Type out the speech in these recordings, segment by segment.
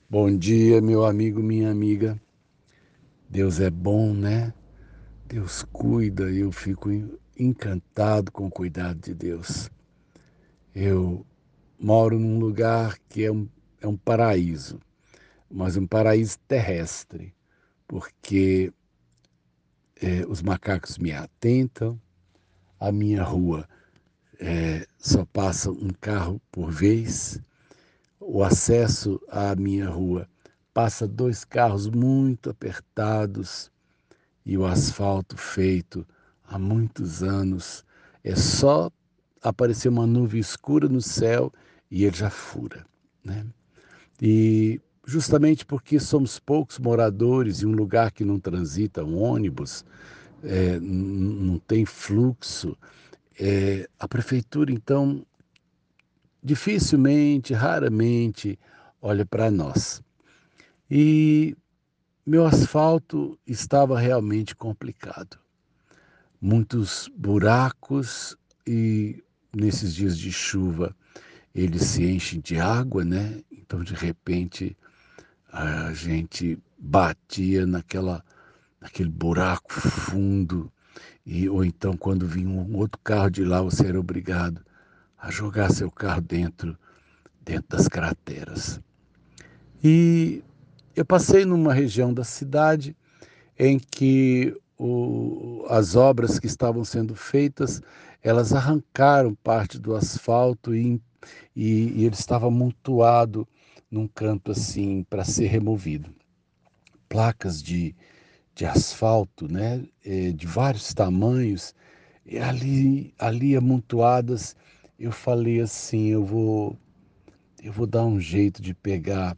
Bom dia, meu amigo, minha amiga. Deus é bom, né? Deus cuida e eu fico encantado com o cuidado de Deus. Eu moro num lugar que é um paraíso, mas um paraíso terrestre, porque os macacos me atentam, a minha rua só passa um carro por vez, o acesso à minha rua passa dois carros muito apertados, e o asfalto feito há muitos anos. É só aparecer uma nuvem escura no céu e ele já fura, né? E justamente porque somos poucos moradores em um lugar que não transita um ônibus, não tem fluxo, a prefeitura, então, dificilmente, raramente olha para nós. E meu asfalto estava realmente complicado. Muitos buracos e nesses dias de chuva eles se enchem de água, né? Então de repente a gente batia naquele buraco fundo e ou então quando vinha um outro carro de lá você era obrigado a jogar seu carro dentro das crateras. E eu passei numa região da cidade em que as obras que estavam sendo feitas, elas arrancaram parte do asfalto e ele estava amontoado num canto assim para ser removido. Placas de asfalto, né, de vários tamanhos, e ali amontoadas, eu falei assim, eu vou dar um jeito de pegar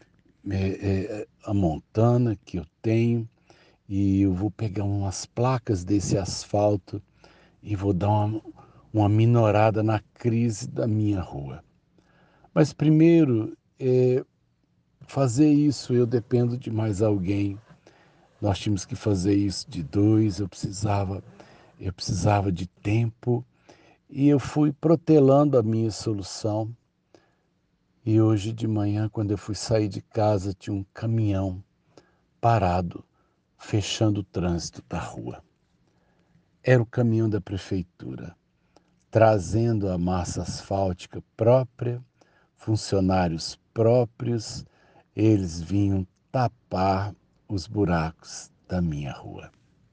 a montana que eu tenho e eu vou pegar umas placas desse asfalto e vou dar uma minorada na crise da minha rua. Mas primeiro, fazer isso eu dependo de mais alguém. Nós tínhamos que fazer isso de dois, eu precisava de tempo e eu fui protelando a minha solução. E hoje de manhã, quando eu fui sair de casa, tinha um caminhão parado, fechando o trânsito da rua. Era o caminhão da prefeitura, trazendo a massa asfáltica própria, funcionários próprios, eles vinham tapar os buracos da minha rua.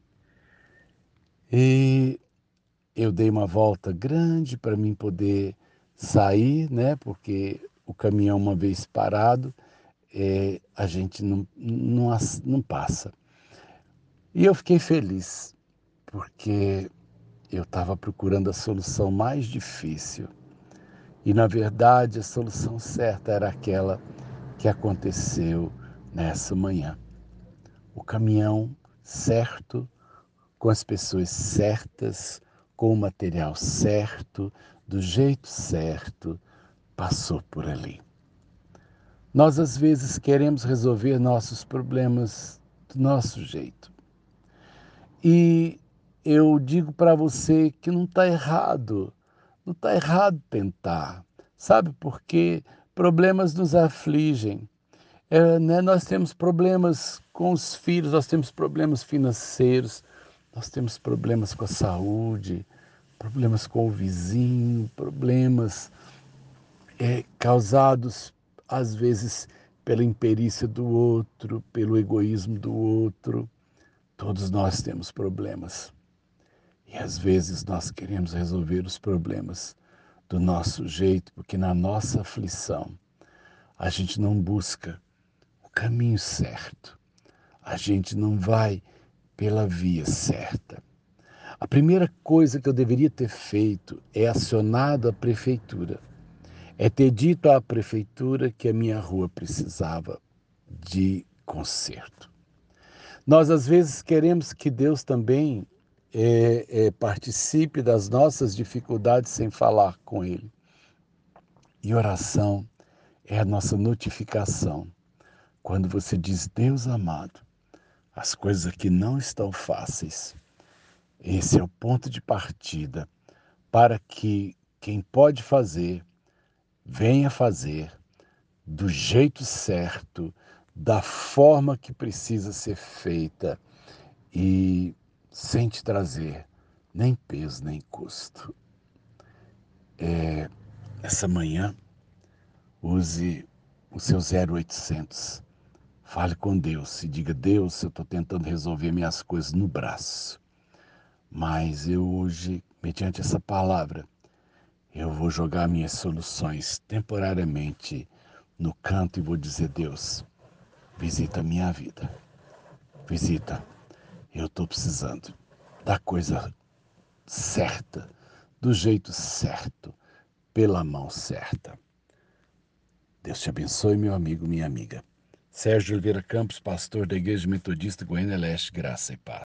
E eu dei uma volta grande para mim poder sair, né? Porque o caminhão, uma vez parado, a gente não passa. E eu fiquei feliz, porque eu estava procurando a solução mais difícil. E, na verdade, a solução certa era aquela que aconteceu nessa manhã. O caminhão certo, com as pessoas certas, com o material certo, do jeito certo, passou por ali. Nós, às vezes, queremos resolver nossos problemas do nosso jeito. E eu digo para você que não está errado. Não está errado tentar. Sabe por quê? Problemas nos afligem. Né? Nós temos problemas com os filhos, nós temos problemas financeiros, nós temos problemas com a saúde, problemas com o vizinho, problemas causados, às vezes, pela imperícia do outro, pelo egoísmo do outro. Todos nós temos problemas. E às vezes nós queremos resolver os problemas do nosso jeito, porque na nossa aflição a gente não busca o caminho certo, a gente não vai pela via certa. A primeira coisa que eu deveria ter feito é acionado a prefeitura, é ter dito à prefeitura que a minha rua precisava de conserto. Nós, às vezes, queremos que Deus também participe das nossas dificuldades sem falar com Ele. E oração é a nossa notificação. Quando você diz, Deus amado, as coisas aqui não estão fáceis. Esse é o ponto de partida para que quem pode fazer, venha fazer, do jeito certo, da forma que precisa ser feita e sem te trazer nem peso nem custo. Essa manhã, use o seu 0800. Fale com Deus e diga: Deus, eu estou tentando resolver minhas coisas no braço, mas eu hoje, mediante essa palavra, eu vou jogar minhas soluções temporariamente no canto e vou dizer: Deus, visita a minha vida, visita. Eu estou precisando da coisa certa, do jeito certo, pela mão certa. Deus te abençoe, meu amigo, minha amiga. Sérgio Oliveira Campos, pastor da Igreja Metodista Goiânia Leste, graça e paz.